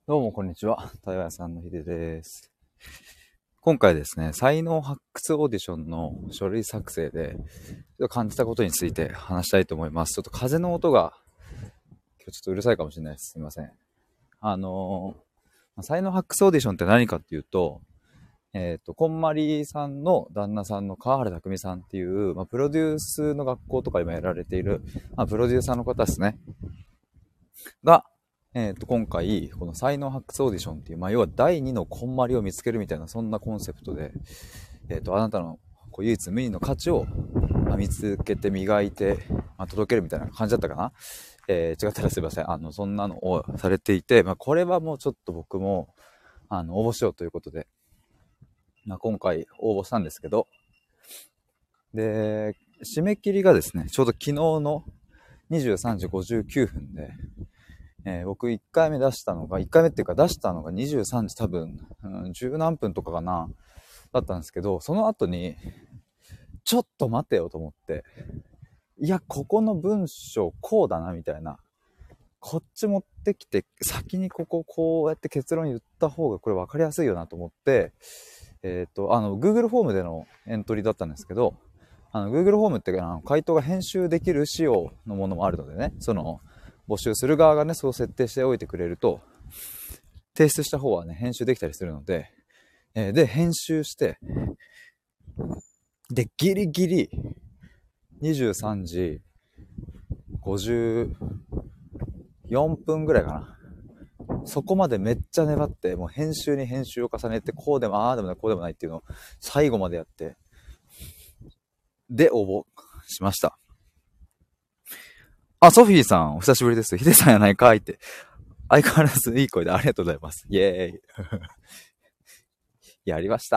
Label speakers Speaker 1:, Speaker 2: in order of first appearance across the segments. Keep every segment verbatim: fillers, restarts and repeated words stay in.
Speaker 1: どうもこんにちは。台湾屋さんのひでです。今回ですね、才能発掘オーディションの書類作成で感じたことについて話したいと思います。ちょっと風の音が今日ちょっとうるさいかもしれないです。すいません。あのー、才能発掘オーディションって何かっていうと、えっ、と、こんまりさんの旦那さんの川原拓実さんっていう、まあ、プロデュースの学校とか今やられている、まあ、プロデューサーの方ですね。が、えっ、と、今回、この才能発掘オーディションっていう、まあ、要は第二のこんまりを見つけるみたいな、そんなコンセプトで、えっ、と、あなたのこう唯一無二の価値を、まあ、見つけて磨いて、まあ、届けるみたいな感じだったかな。えー、違ったらすいません。あの、そんなのをされていて、まあ、これはもうちょっと僕も、あの、応募しようということで、まあ、今回応募したんですけど、で、締め切りがですね、ちょうど昨日のにじゅうさんじごじゅうきゅうふんで、えー、僕いっかいめ出したのが、いっかいめっていうか出したのがにじゅうさんじ多分、うん、じゅう何分とかかな、だったんですけど、その後に、ちょっと待てよと思って、いや、ここの文章こうだな、みたいな。こっち持ってきて、先にこここうやって結論言った方がこれ分かりやすいよなと思って、えっと、あの、Google フォームでのエントリーだったんですけど、あの、Google フォームってあの回答が編集できる仕様のものもあるのでね、その、募集する側がね、そう設定しておいてくれると、提出した方はね、編集できたりするので、えー、で、編集して、で、ギリギリ、にじゅうさんじごじゅうよんぷんぐらいかな。そこまでめっちゃ粘って、もう編集に編集を重ねて、こうでも、ああでもない、こうでもないっていうのを最後までやって、で、応募しました。あ、ソフィーさん、お久しぶりです。ヒデさんやないかいって。相変わらずいい声でありがとうございます。イエーイ。やりました。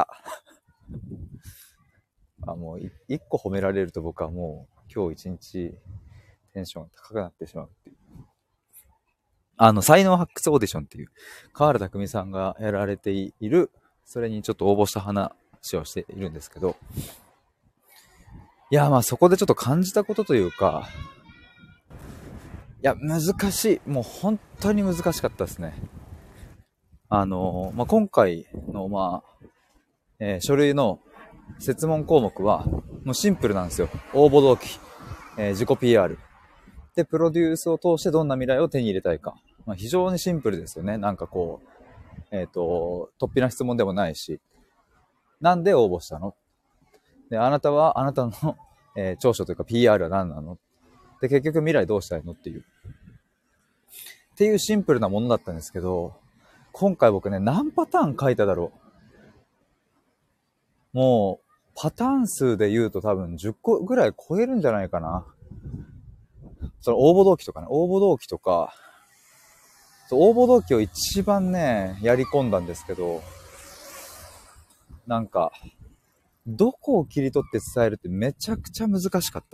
Speaker 1: あ、もう一個褒められると僕はもう今日一日テンションが高くなってしまうっていう。あの、才能発掘オーディションっていう、川原拓実さんがやられている、それにちょっと応募した話をしているんですけど、いや、まあそこでちょっと感じたことというか、いや、難しい。もう本当に難しかったですね。あの、まあ、今回の、まあ、えー書類の設問項目は、もうシンプルなんですよ。応募動機、えー自己 ピーアール。で、プロデュースを通してどんな未来を手に入れたいか。まあ、非常にシンプルですよね。なんかこう、えっと、突飛な質問でもないし。なんで応募したの？で、あなたは、あなたの、えー長所というか ピーアール は何なの？で、結局未来どうしたいのっていう。っていうシンプルなものだったんですけど、今回僕ね、何パターン書いただろう。もう、パターン数で言うと多分じゅっこぐらい超えるんじゃないかな。その応募動機とかね、応募動機とか、応募動機を一番ね、やり込んだんですけど、なんか、どこを切り取って伝えるってめちゃくちゃ難しかった。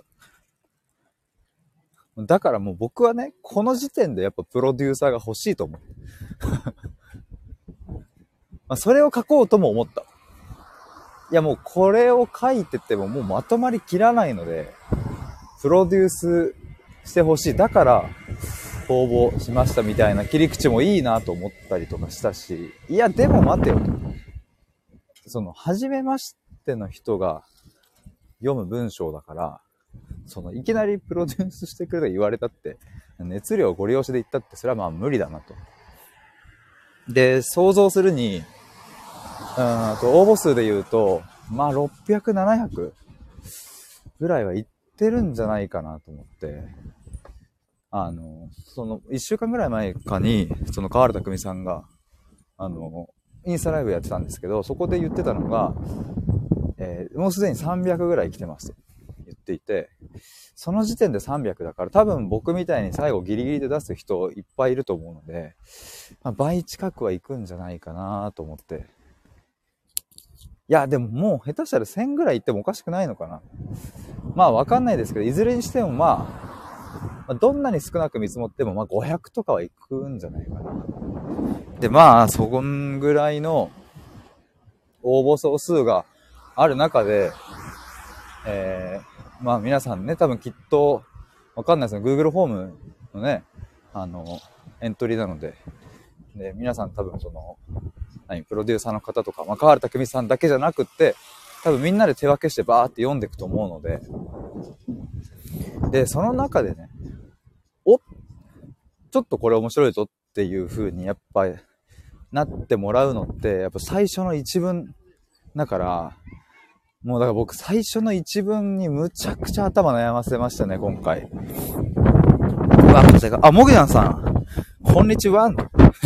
Speaker 1: だからもう僕はね、この時点でやっぱプロデューサーが欲しいと思う。まあそれを書こうとも思った。いやもうこれを書いててももうまとまりきらないので、プロデュースしてほしい。だから応募しましたみたいな切り口もいいなと思ったりとかしたし、いやでも待てよと。その、初めましての人が読む文章だから、その、いきなりプロデュースしてくれと言われたって、熱量をご利用しで言ったって、それはまあ無理だなと。で、想像するに、うんと、応募数で言うと、まあろっぴゃく、ななひゃくぐらいはいってるんじゃないかなと思って、あの、その、いっしゅうかんぐらい前かに、その川原拓実さんが、あの、インスタライブやってたんですけど、そこで言ってたのが、えー、もうすでにさんびゃくぐらい来てますと言っていて、その時点でさんびゃくだから多分僕みたいに最後ギリギリで出す人いっぱいいると思うので、まあ、倍近くは行くんじゃないかなと思って。いや、でももう下手したらせんぐらい行ってもおかしくないのかな。まあわかんないですけど、いずれにしてもまあ、どんなに少なく見積もってもまあごひゃくとかは行くんじゃないかな。で、まあ、そんぐらいの応募総数がある中で、えー、まあ皆さんね、多分きっと、わかんないですね、Google フォームのね、あの、エントリーなので、 で、皆さん多分その、何、プロデューサーの方とか、まあ、川原拓実さんだけじゃなくって、多分みんなで手分けしてバーって読んでいくと思うので、で、その中でね、お、ちょっとこれ面白いぞっていう風にやっぱりなってもらうのって、やっぱ最初の一文だから、もうだから僕最初の一文にむちゃくちゃ頭悩ませましたね、今回。うわ、あ、もぐやんさん、こんにちは。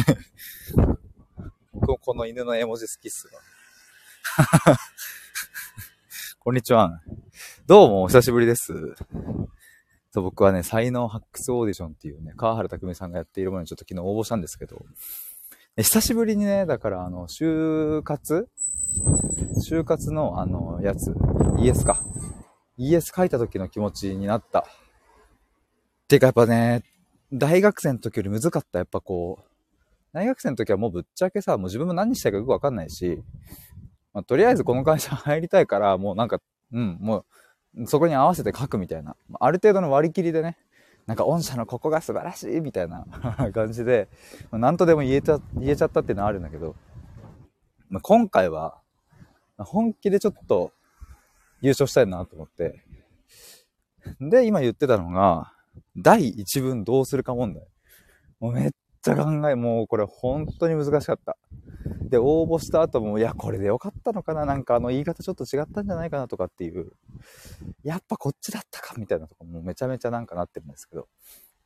Speaker 1: この犬の絵文字好きっすわ。こんにちは。どうもお久しぶりです。そう、僕はね、才能発掘オーディションっていうね、川原拓実さんがやっているものにちょっと昨日応募したんですけど、久しぶりにね、だからあの、就活就活のあの、やつ、イーエス か。イーエス 書いた時の気持ちになった。てかやっぱね、大学生の時より難かった。やっぱこう、大学生の時はもうぶっちゃけさ、もう自分も何したいかよくわかんないし、まあ、とりあえずこの会社入りたいから、もうなんか、うん、もう、そこに合わせて書くみたいな。ある程度の割り切りでね、なんか御社のここが素晴らしいみたいな感じで、何とでも言えちゃ、言えちゃったっていうのはあるんだけど、まあ、今回は、本気でちょっと優勝したいなと思って。で、今言ってたのが、第一文どうするか問題。もうめっちゃ考え、もうこれ本当に難しかった。で、応募した後も、いや、これでよかったのかな、なんかあの言い方ちょっと違ったんじゃないかなとかっていう、やっぱこっちだったかみたいなとこもめちゃめちゃなんかなってるんですけど。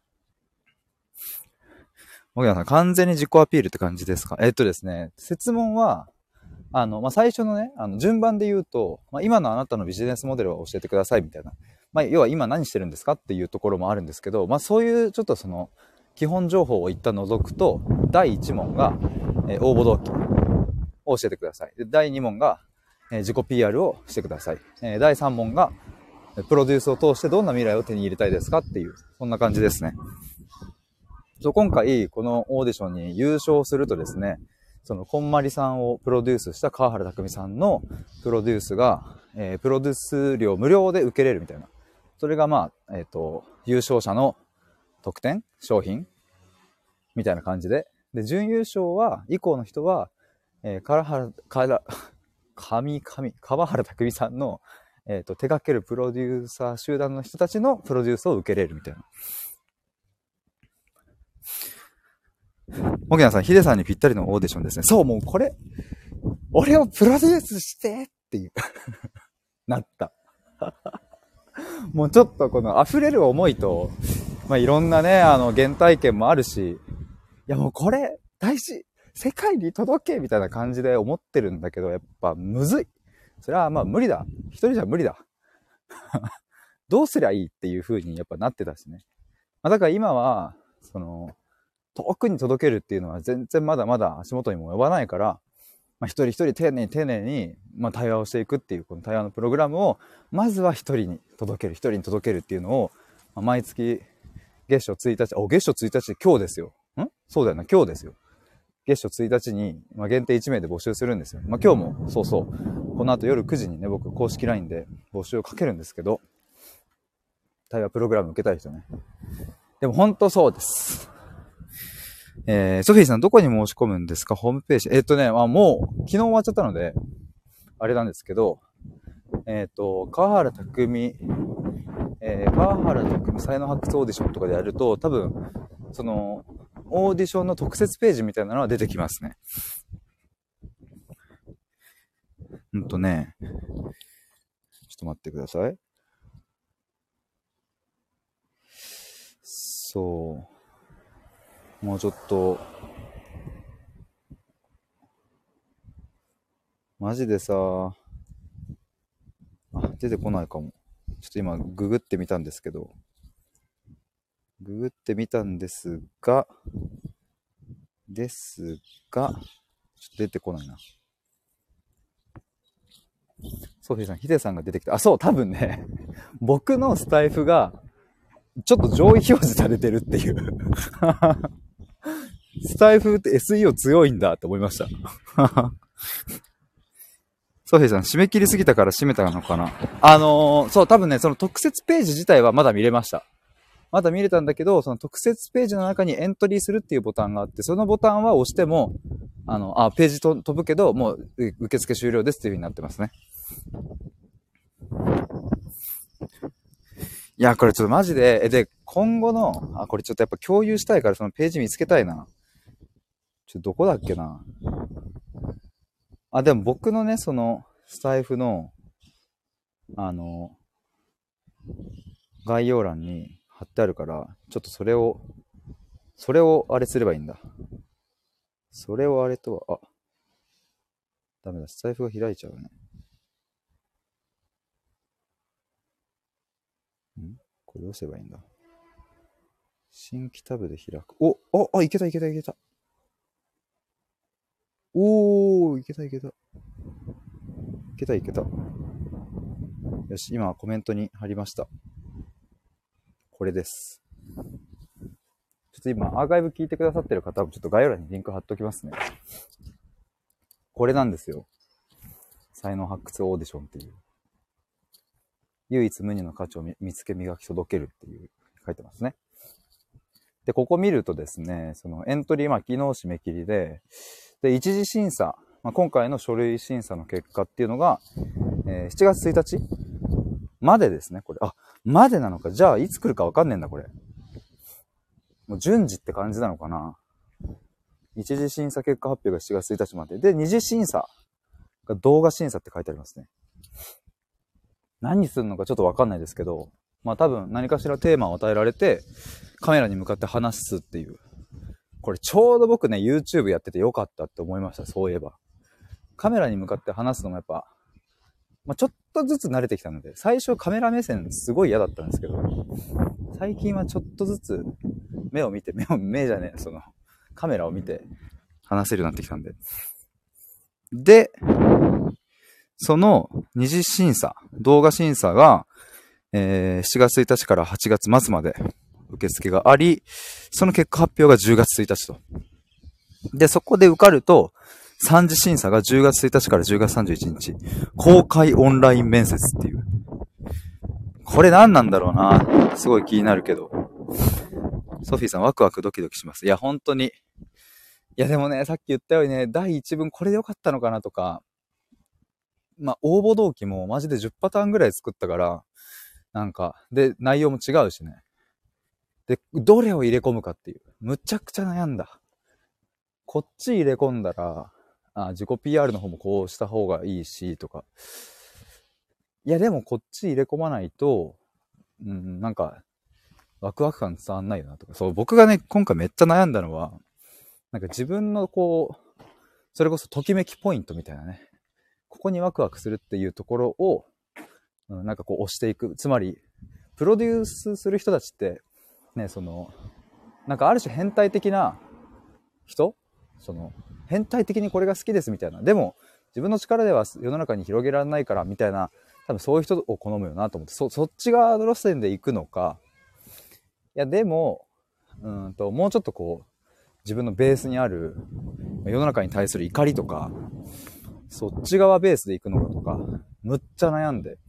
Speaker 1: もぎなさん、完全に自己アピールって感じですか？えっとですね、設問は、あの、まあ、最初のね、あの、順番で言うと、まあ、今のあなたのビジネスモデルを教えてくださいみたいな。まあ、要は今何してるんですかっていうところもあるんですけど、まあ、そういうちょっとその、基本情報を一旦除くと、だいいち問が、えー、応募動機を教えてください。で、だいに問が、えー、自己 ピーアール をしてください。えー、だいさん問が、プロデュースを通してどんな未来を手に入れたいですかっていう、そんな感じですね。そう、今回、このオーディションに優勝するとですね、そのこんまりさんをプロデュースした川原拓実さんのプロデュースが、えー、プロデュース料無料で受けれるみたいな。それがまあ、えっと、優勝者の特典商品みたいな感じで。で、準優勝は、以降の人は、えー、川原、から神、神、川原拓実さんの、えっと、手掛けるプロデューサー集団の人たちのプロデュースを受けれるみたいな。もぎなさん、ヒデさんにぴったりのオーディションですね。そう、もうこれ、俺をプロデュースしてっていう、なった。もうちょっとこの溢れる思いと、まあ、いろんなね、あの、原体験もあるし、いやもうこれ、大事、世界に届けみたいな感じで思ってるんだけど、やっぱむずい。それはまあ無理だ。一人じゃ無理だ。どうすりゃいいっていう風にやっぱなってたしね。まあ、だから今は、その、遠くに届けるっていうのは全然まだまだ足元にも及ばないから、まあ、一人一人丁寧に丁寧に、まあ、対話をしていくっていうこの対話のプログラムをまずは一人に届ける一人に届けるっていうのを、まあ、毎月月初ついたち、お月初ついたち今日ですよ。んそうだよな、今日ですよ。月初ついたちに、まあ、限定いち名で募集するんですよ。まあ、今日もそうそうこの後夜くじにね、僕公式 ライン で募集をかけるんですけど、対話プログラム受けたい人ね。でも本当そうです。えー、ソフィーさんどこに申し込むんですか？ホームページ。えー、っとね、まあ、もう昨日終わっちゃったのであれなんですけど、えー、っと川原拓実、えー、川原拓実才能発掘オーディションとかでやると多分そのオーディションの特設ページみたいなのは出てきますね。うんとね、ちょっと待ってください。そう。もうちょっと、マジでさ、あ、出てこないかも。ちょっと今ググってみたんですけど、ググってみたんですが、ですが、ちょっと出てこないな。ソフィーさん、ヒデさんが出てきた。あ、そう、多分ね、僕のスタイフが、ちょっと上位表示されてるっていう。スタイフって エスイーオー 強いんだって思いました。ソフィーさん、締め切りすぎたから閉めたのかな。あのー、そう、多分ね、その特設ページ自体はまだ見れました。 まだ見れたんだけど、その特設ページの中にエントリーするっていうボタンがあって、そのボタンは押しても、あの、あ、ページと飛ぶけど、もう受付終了ですっていう風になってますね。いや、これちょっとマジで、え、で、今後の、あ、これちょっとやっぱ共有したいからそのページ見つけたいな。ちょ、どこだっけな。あ、でも僕のね、その、スタイフの、あの、概要欄に貼ってあるから、ちょっとそれを、それをあれすればいいんだ。それをあれとは、あ、ダメだ、スタイフが開いちゃうね。んこれどうすればいいんだ。新規タブで開く。お、あ、あ、いけたいけたいけた。おー、いけたいけた。いけたいけた。よし、今コメントに貼りました。これです。ちょっと今アーカイブ聞いてくださってる方もちょっと概要欄にリンク貼っときますね。これなんですよ。才能発掘オーディションっていう。唯一無二の価値を見つけ磨き届けるっていう書いてますね。で、ここ見るとですね、そのエントリー、まあ昨日締め切りで、で、一次審査、まあ、今回の書類審査の結果っていうのが、えー、しちがつついたちまでですね、これ。あ、までなのか。じゃあ、いつ来るかわかんねえんだ、これ。もう順次って感じなのかな。一次審査結果発表がしちがつついたちまで。で、二次審査が動画審査って書いてありますね。何するのかちょっとわかんないですけど、まあ多分何かしらテーマを与えられて、カメラに向かって話すっていう。これちょうど僕ね、YouTube やっててよかったって思いました、そういえば。カメラに向かって話すのもやっぱ、まあ、ちょっとずつ慣れてきたので、最初カメラ目線すごい嫌だったんですけど、最近はちょっとずつ目を見て、目を、目じゃねえ、その、カメラを見て話せるようになってきたんで。で、その二次審査、動画審査が、えー、しちがつついたちからはちがつ末まで受付があり、その結果発表がじゅうがつついたちと。で、そこで受かると、三次審査がじゅうがつついたちからじゅうがつさんじゅういちにち、公開オンライン面接っていう。これ何なんだろうな。すごい気になるけど。ソフィーさんワクワクドキドキします。いや、本当に。いや、でもね、さっき言ったようにね、だいいちぶんこれでよかったのかなとか、まあ、応募動機もマジでじゅっパターンぐらい作ったから、なんか、で、内容も違うしね。で、どれを入れ込むかっていう。むちゃくちゃ悩んだ。こっち入れ込んだら、あ、自己 ピーアール の方もこうした方がいいし、とか。いや、でもこっち入れ込まないと、うん、なんか、ワクワク感伝わんないよな、とか。そう、僕がね、今回めっちゃ悩んだのは、なんか自分のこう、それこそときめきポイントみたいなね。ここにワクワクするっていうところを、うん、なんかこう押していく。つまり、プロデュースする人たちって、ね、その、なんかある種変態的な人その、変態的にこれが好きですみたいな。でも、自分の力では世の中に広げられないからみたいな、多分そういう人を好むよなと思って、そ、そっち側の路線で行くのか、いや、でも、うんと、もうちょっとこう、自分のベースにある、世の中に対する怒りとか、そっち側ベースで行くのかとか、むっちゃ悩んで。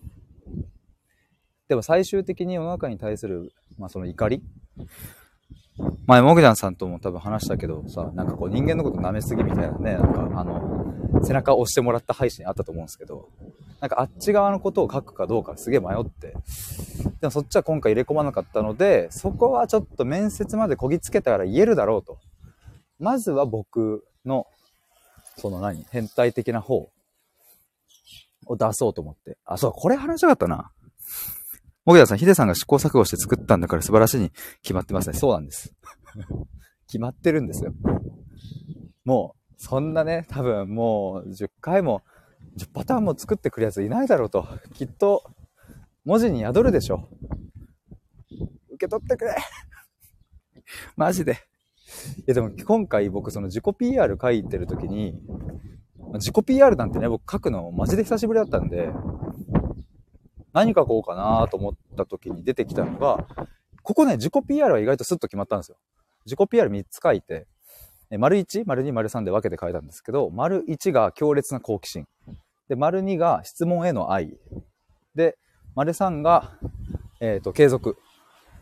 Speaker 1: でも最終的に世の中に対する、まあその怒り前、もぐじゃんさんとも多分話したけどさ、なんかこう人間のこと舐めすぎみたいなね、なんかあの、背中を押してもらった配信あったと思うんですけど、なんかあっち側のことを書くかどうかすげえ迷って、でもそっちは今回入れ込まなかったので、そこはちょっと面接までこぎつけたから言えるだろうと。まずは僕の、その何、変態的な方を出そうと思って。あ、そう、これ話したかったな。もぐやさん、ヒデさんが試行錯誤して作ったんだから素晴らしいに決まってますね。そうなんです。決まってるんですよ。もう、そんなね、多分もうじゅっかいも、じゅうパターンも作ってくるやついないだろうと。きっと、文字に宿るでしょ。受け取ってくれマジで。いやでも今回僕その自己 ピーアール 書いてる時に、自己 ピーアール なんてね、僕書くのマジで久しぶりだったんで、何書こうかなと思った時に出てきたのが、ここね、自己 ピーアール は意外とスッと決まったんですよ。自己 ピーアールみっつ書いて、丸いち、丸に、丸さんで分けて書いたんですけど、丸いちが強烈な好奇心。で、丸にが質問への愛。で、丸さんが、えっと、継続。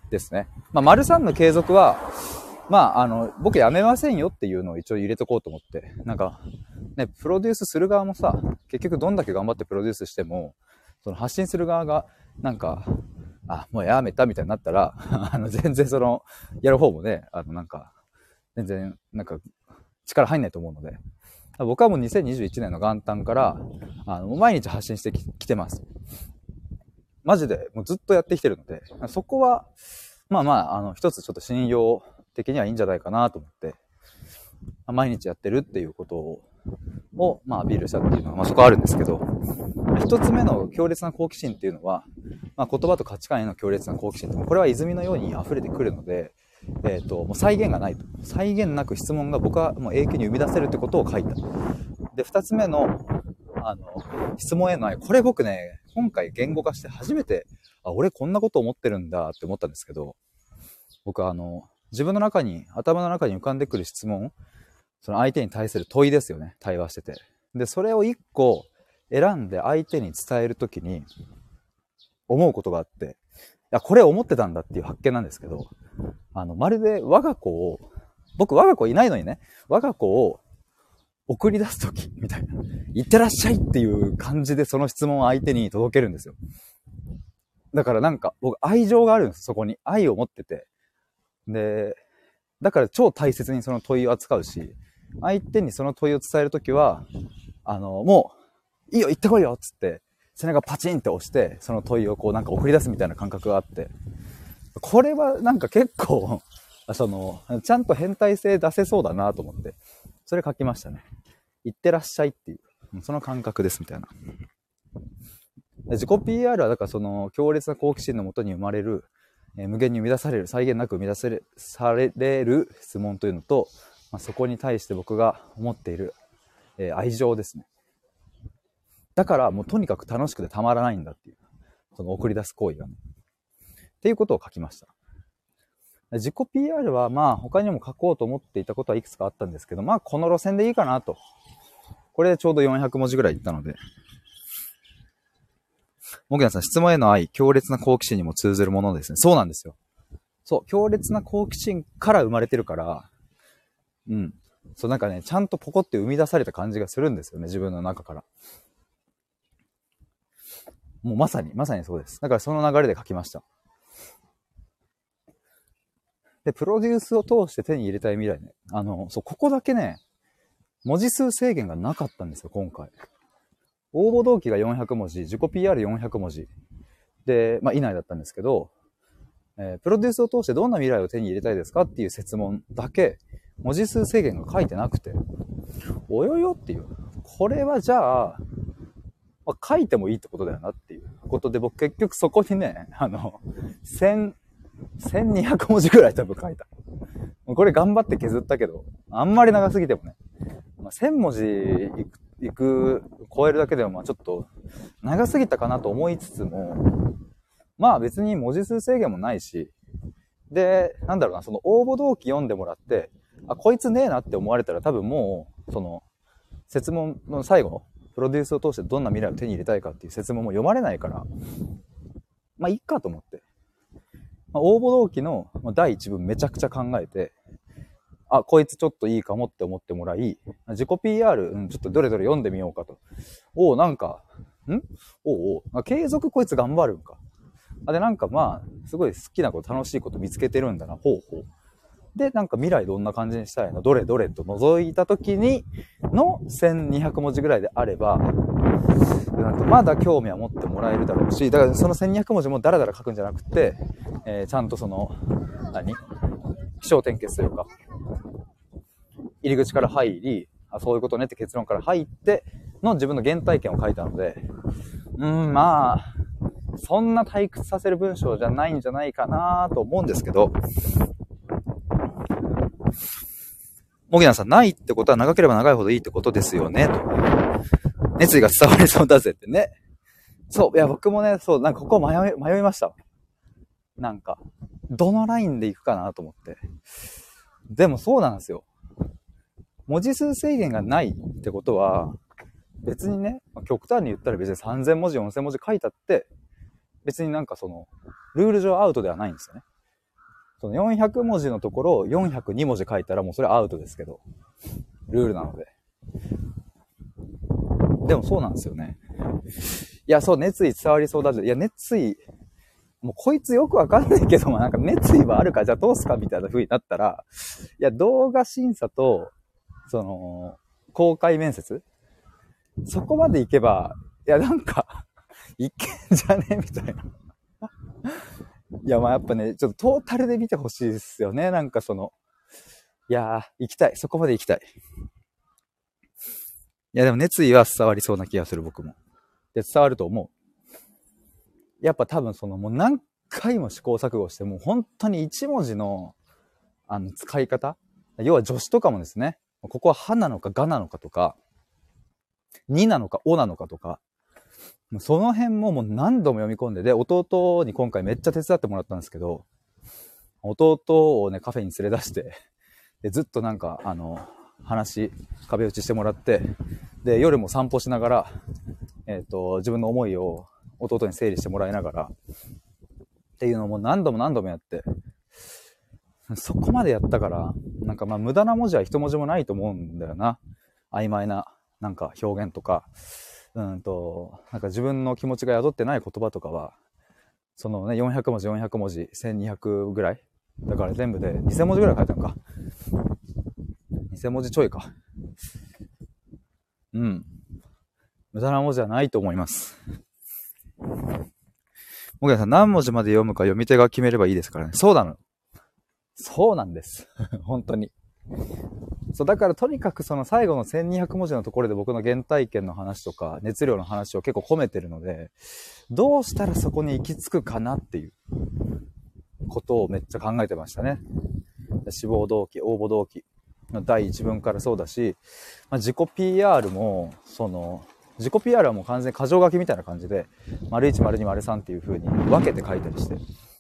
Speaker 1: ですね。まあ、丸さんの継続は、まあ、あの、僕やめませんよっていうのを一応入れとこうと思って。なんか、ね、プロデュースする側もさ、結局どんだけ頑張ってプロデュースしても、その発信する側が、なんか、あ、もうやめたみたいになったら、あの、全然その、やる方もね、あの、なんか、全然、なんか、力入んないと思うので。僕はもうにせんにじゅういちねんの元旦から、あの、毎日発信してき、きてます。マジで、もうずっとやってきてるので、そこは、まあまあ、あの、一つちょっと信用的にはいいんじゃないかなと思って、毎日やってるっていうことを、をまあ、アピールしたっていうのは、まあそこはあるんですけど、一つ目の強烈な好奇心っていうのは、まあ、言葉と価値観への強烈な好奇心って、これは泉のように溢れてくるので、えっと、もう再現がないと。再現なく質問が僕はもう永久に生み出せるってことを書いた。で、二つ目の、あの、質問への愛。これ僕ね、今回言語化して初めて、あ、俺こんなこと思ってるんだって思ったんですけど、僕はあの、自分の中に、頭の中に浮かんでくる質問、その相手に対する問いですよね。対話してて。で、それを一個選んで相手に伝えるときに思うことがあって、いや、これ思ってたんだっていう発見なんですけど、あの、まるで我が子を、僕我が子いないのにね、我が子を送り出すときみたいな、行ってらっしゃいっていう感じでその質問を相手に届けるんですよ。だからなんか僕愛情があるんです、そこに。愛を持ってて。で、だから超大切にその問いを扱うし、相手にその問いを伝えるときは、あの、もう、いいよ行ってこいよっつって、背中パチンって押して、その問いをこうなんか送り出すみたいな感覚があって、これはなんか結構、その、ちゃんと変態性出せそうだなと思って、それ書きましたね。行ってらっしゃいっていう、その感覚ですみたいな。自己 ピーアール はだからその強烈な好奇心のもとに生まれる、えー、無限に生み出される、際限なく生み出される、される質問というのと、まあ、そこに対して僕が思っている、えー、愛情ですね。だからもうとにかく楽しくてたまらないんだっていう、その送り出す行為がね。っていうことを書きました。自己 ピーアール はまあ他にも書こうと思っていたことはいくつかあったんですけど、まあこの路線でいいかなと。これでちょうどよんひゃくもじぐらいいったので。もぎなさん、質問への愛、強烈な好奇心にも通ずるものですね。そうなんですよ。そう、強烈な好奇心から生まれてるから、うん。そうなんかね、ちゃんとポコって生み出された感じがするんですよね、自分の中から。もうまさに、まさにそうです。だからその流れで書きました。で、プロデュースを通して手に入れたい未来ね。あの、そう、ここだけね、文字数制限がなかったんですよ、今回。応募動機がよんひゃくもじ、自己 ピーアールよんひゃくもじ。で、まあ以内だったんですけど、えー、プロデュースを通してどんな未来を手に入れたいですかっていう設問だけ、文字数制限が書いてなくて、およよっていう。これはじゃあ、まあ、書いてもいいってことだよなっていうことで、僕結局そこにね、あの、千、千二百文字ぐらい多分書いた。これ頑張って削ったけど、あんまり長すぎてもね、まあ、千文字いく、いく、超えるだけでもまあちょっと長すぎたかなと思いつつも、まあ別に文字数制限もないし、で、なんだろうな、その応募動機読んでもらって、あ、こいつねえなって思われたら多分もう、その、設問の最後、プロデュースを通してどんな未来を手に入れたいかっていう設問も読まれないから、まあいっかと思って。まあ、応募動機のだいいち部めちゃくちゃ考えて、あ、こいつちょっといいかもって思ってもらい、自己 ピーアール、うん、ちょっとどれどれ読んでみようかと。おう、なんか、んおうおう、継続こいつ頑張るんか。あ、で、なんかまあ、すごい好きなこと、楽しいこと見つけてるんだな、ほうほう。で、なんか未来どんな感じにしたいのどれどれと覗いたときにのせんにひゃくもじぐらいであれば、まだ興味は持ってもらえるだろうし、だからそのせんにひゃくもじもダラダラ書くんじゃなくて、えー、ちゃんとその、何起承転結というか、入り口から入り、あ、そういうことねって結論から入っての自分の原体験を書いたので、うーん、まあ、そんな退屈させる文章じゃないんじゃないかなと思うんですけど、もぎなさん、ないってことは長ければ長いほどいいってことですよね、と。熱意が伝わりそうだぜってね。そう、いや、僕もね、そう、なんかここ迷い、迷いました。なんか、どのラインで行くかなと思って。でもそうなんですよ。文字数制限がないってことは、別にね、極端に言ったら別にさんぜんもじ、よんせんもじ書いたって、別になんかその、ルール上アウトではないんですよね。 そのよんひゃくもじのところよんひゃくにもじ書いたらもうそれアウトですけど、ルールなので。でもそうなんですよね。いや、そう、熱意伝わりそうだって。いや、熱意、もうこいつよくわかんないけども、なんか熱意はあるか、じゃあどうすかみたいな風になったら、いや、動画審査と、その、公開面接そこまで行けば、いや、なんか、いけんじゃねみたいな。いや、まあやっぱね、ちょっとトータルで見てほしいですよね。なんかその、いやー、行きたい。そこまで行きたい。いや、でも熱意は伝わりそうな気がする、僕も。で、伝わると思う。やっぱ多分その、もう何回も試行錯誤して、もう本当に一文字の、あの、使い方要は助詞とかもですね、ここははなのかがなのかとか、になのかおなのかとか、その辺ももう何度も読み込んで、で、弟に今回めっちゃ手伝ってもらったんですけど、弟をね、カフェに連れ出して、で、ずっとなんか、あの、話、壁打ちしてもらって、で、夜も散歩しながら、えっと、自分の思いを弟に整理してもらいながら、っていうのをもう何度も何度もやって、そこまでやったから、なんかまあ無駄な文字は一文字もないと思うんだよな。曖昧な、なんか表現とか、うんと、なんか自分の気持ちが宿ってない言葉とかは、そのね、よんひゃくもじよんひゃくもじ、せんにひゃくぐらいだから全部でにせんもじぐらい書いたのか。にせんもじちょいか。うん。無駄な文字はないと思います。もげさん、何文字まで読むか読み手が決めればいいですからね。そうなの。そうなんです。本当に。そう、だからとにかくその最後のせんにひゃくもじのところで僕の原体験の話とか熱量の話を結構込めてるので、どうしたらそこに行き着くかなっていうことをめっちゃ考えてましたね。志望動機、応募動機のだいいちぶんからそうだし、まあ、自己 ピーアール も、その、自己 ピーアール はもう完全に箇条書きみたいな感じで、丸いち、丸に、丸さんっていう風に分けて書いたりして。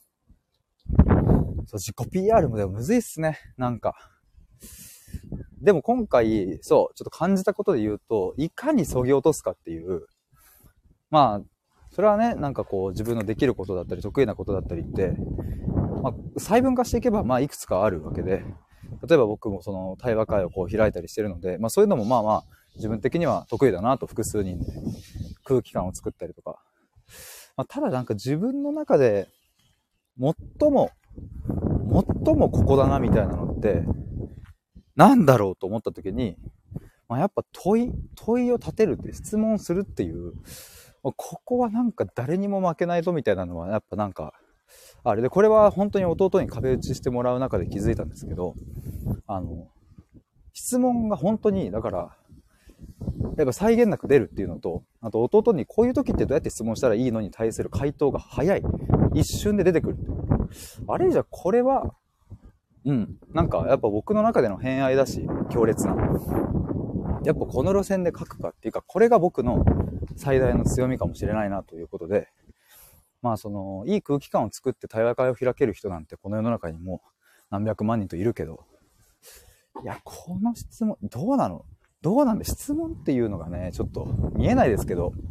Speaker 1: そう、自己 ピーアール もでもむずいっすね。なんか。でも今回、そう、ちょっと感じたことで言うと、いかに削ぎ落とすかっていう、まあ、それはね、なんかこう自分のできることだったり、得意なことだったりって、まあ、細分化していけば、まあ、いくつかあるわけで、例えば僕もその対話会をこう開いたりしてるので、まあそういうのもまあまあ、自分的には得意だなと複数人で空気感を作ったりとか。まあ、ただなんか自分の中で、最も、最もここだなみたいなのって、なんだろうと思った時に、まあ、やっぱ問い、問いを立てるって質問するっていう、ここはなんか誰にも負けないぞみたいなのはやっぱなんか、あれで、これは本当に弟に壁打ちしてもらう中で気づいたんですけど、あの、質問が本当に、だから、やっぱ際限なく出るっていうのと、あと弟にこういう時ってどうやって質問したらいいのに対する回答が早い。一瞬で出てくる。あれじゃこれは、うん、なんかやっぱ僕の中での偏愛だし、強烈な。やっぱこの路線で書くかっていうか、これが僕の最大の強みかもしれないなということで、まあその、いい空気感を作って対話会を開ける人なんてこの世の中にも何百万人といるけど、いや、この質問、どうなのどうなんで質問っていうのがね、ちょっと見えないですけど、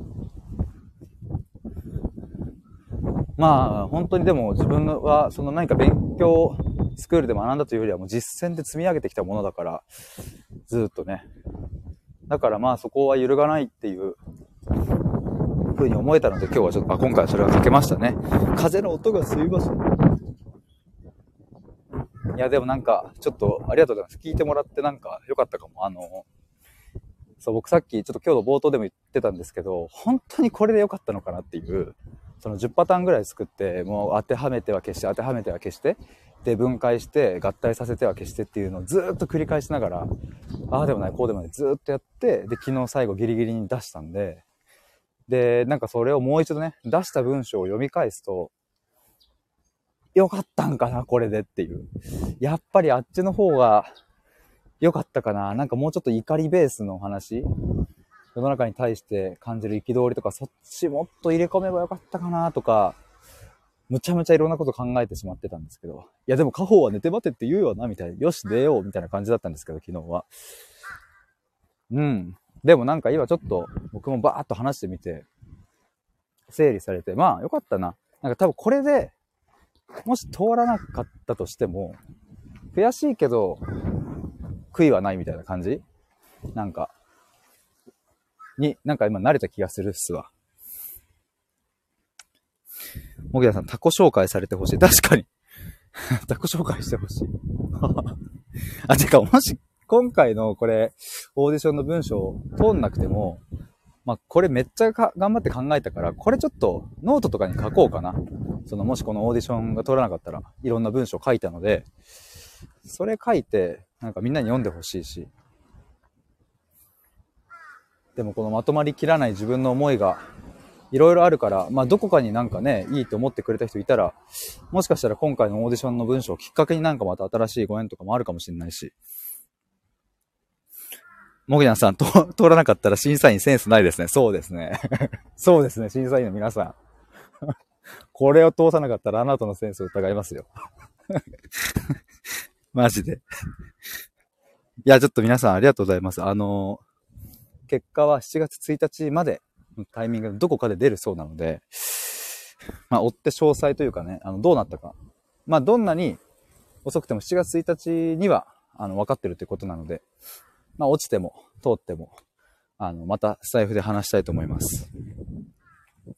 Speaker 1: まあ本当にでも自分はその何か勉強スクールで学んだというよりはもう実践で積み上げてきたものだから、ずっとね。だからまあそこは揺るがないっていう風に思えたので、今日はちょっと、あ、今回はそれはかけましたね。風の音がすいません。いやでもなんかちょっとありがとうございます。聞いてもらってなんか良かったかも。あのそう僕さっきちょっと今日の冒頭でも言ってたんですけど、本当にこれで良かったのかなっていう、そのじゅっパターンぐらい作って、もう当てはめては消して当てはめては消してで分解して合体させては消してっていうのをずっと繰り返しながら、ああでもないこうでもないずっとやって、で昨日最後ギリギリに出したんで、でなんかそれをもう一度ね出した文章を読み返すと、良かったんかなこれでっていう、やっぱりあっちの方が良かったかな、なんかもうちょっと怒りベースの話、世の中に対して感じる憤りとか、そっちもっと入れ込めばよかったかなとか、むちゃむちゃいろんなこと考えてしまってたんですけど、いやでも家宝は寝て待てって言うよなみたいな、よし出ようみたいな感じだったんですけど、昨日はうんでもなんか今ちょっと僕もバーッと話してみて整理されて、まあよかったな。なんか多分これでもし通らなかったとしても、悔しいけど、悔いはないみたいな感じなんか、に、なんか今慣れた気がするっすわ。もぎらさん、タコ紹介されてほしい。確かに。タコ紹介してほしい。あ、てか、もし、今回のこれ、オーディションの文章通んなくても、まあ、これめっちゃか頑張って考えたから、これちょっとノートとかに書こうかな。その、もしこのオーディションが通らなかったら、いろんな文章書いたので、それ書いて、なんかみんなに読んでほしいし。でもこのまとまりきらない自分の思いが、いろいろあるから、まあどこかになんかね、いいと思ってくれた人いたら、もしかしたら今回のオーディションの文章をきっかけになんかまた新しいご縁とかもあるかもしれないし。もぎなさん、と通らなかったら審査員センスないですね。そうですね。そうですね、審査員の皆さん。これを通さなかったらあなたのセンスを疑いますよ。マジで。いや、ちょっと皆さんありがとうございます。あの、結果はしちがつついたちまでのタイミングでどこかで出るそうなので、まあ、追って詳細というかね、あの、どうなったか。まあ、どんなに遅くてもしちがつついたちには、あの、分かってるということなので、まあ、落ちても、通っても、あの、またスタイフで話したいと思います。い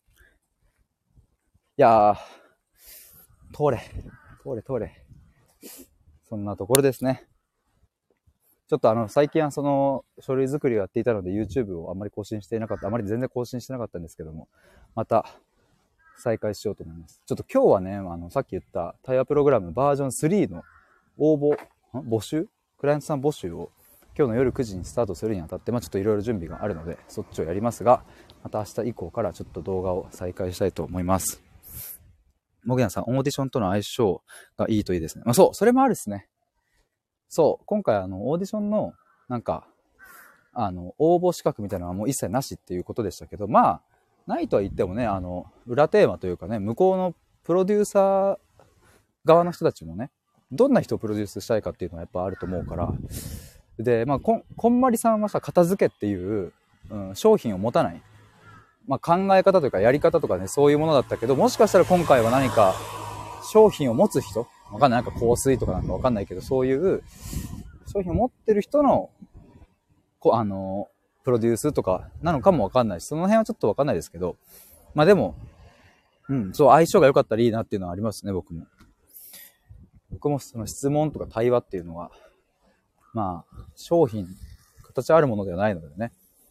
Speaker 1: やー、通れ、通れ、通れ。そんなところですね。ちょっとあの、最近はその、書類作りをやっていたので YouTube をあんまり更新していなかった、あまり全然更新してなかったんですけども、また、再開しようと思います。ちょっと今日はね、あの、さっき言った対話プログラムバージョンスリーの応募、募集クライアントさん募集を今日の夜くじにスタートするにあたって、まあちょっといろいろ準備があるので、そっちをやりますが、また明日以降からちょっと動画を再開したいと思います。もぎなさん、オーディションとの相性がいいといいですね。まあそう、それもあるですね。そう、今回あの、オーディションの、なんか、あの、応募資格みたいなのはもう一切なしっていうことでしたけど、まあ、ないとは言ってもね、あの、裏テーマというかね、向こうのプロデューサー側の人たちもね、どんな人をプロデュースしたいかっていうのはやっぱあると思うから、で、まあ、こん、こんまりさんはさ、片付けっていう、うん、商品を持たない。まあ、考え方というかやり方とかね、そういうものだったけど、もしかしたら今回は何か商品を持つ人わかんない。なんか香水とかなんかわかんないけど、そういう商品を持ってる人の、こあの、プロデュースとかなのかもわかんないし、その辺はちょっとわかんないですけど、まあでも、うん、そう、相性が良かったらいいなっていうのはありますね、僕も。僕もその質問とか対話っていうのは、まあ、商品、形あるものではないのでね。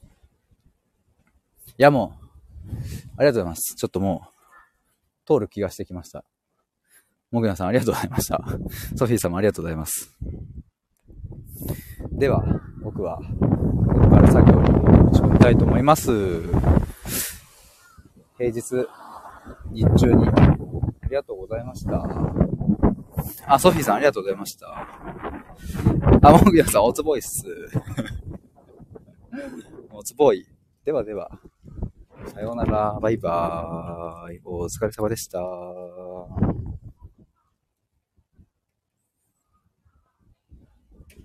Speaker 1: いやもう、ありがとうございます。ちょっともう、通る気がしてきました。もぐなさんありがとうございました。ソフィーさんもありがとうございます。では、僕は、ここから作業に打ち込みたいと思います。平日、日中に、ありがとうございました。あ、ソフィーさんありがとうございました。あ、もぐなさん、おつぼいっす。おつぼい。ではでは。さようなら。バイバーイ。お疲れ様でした。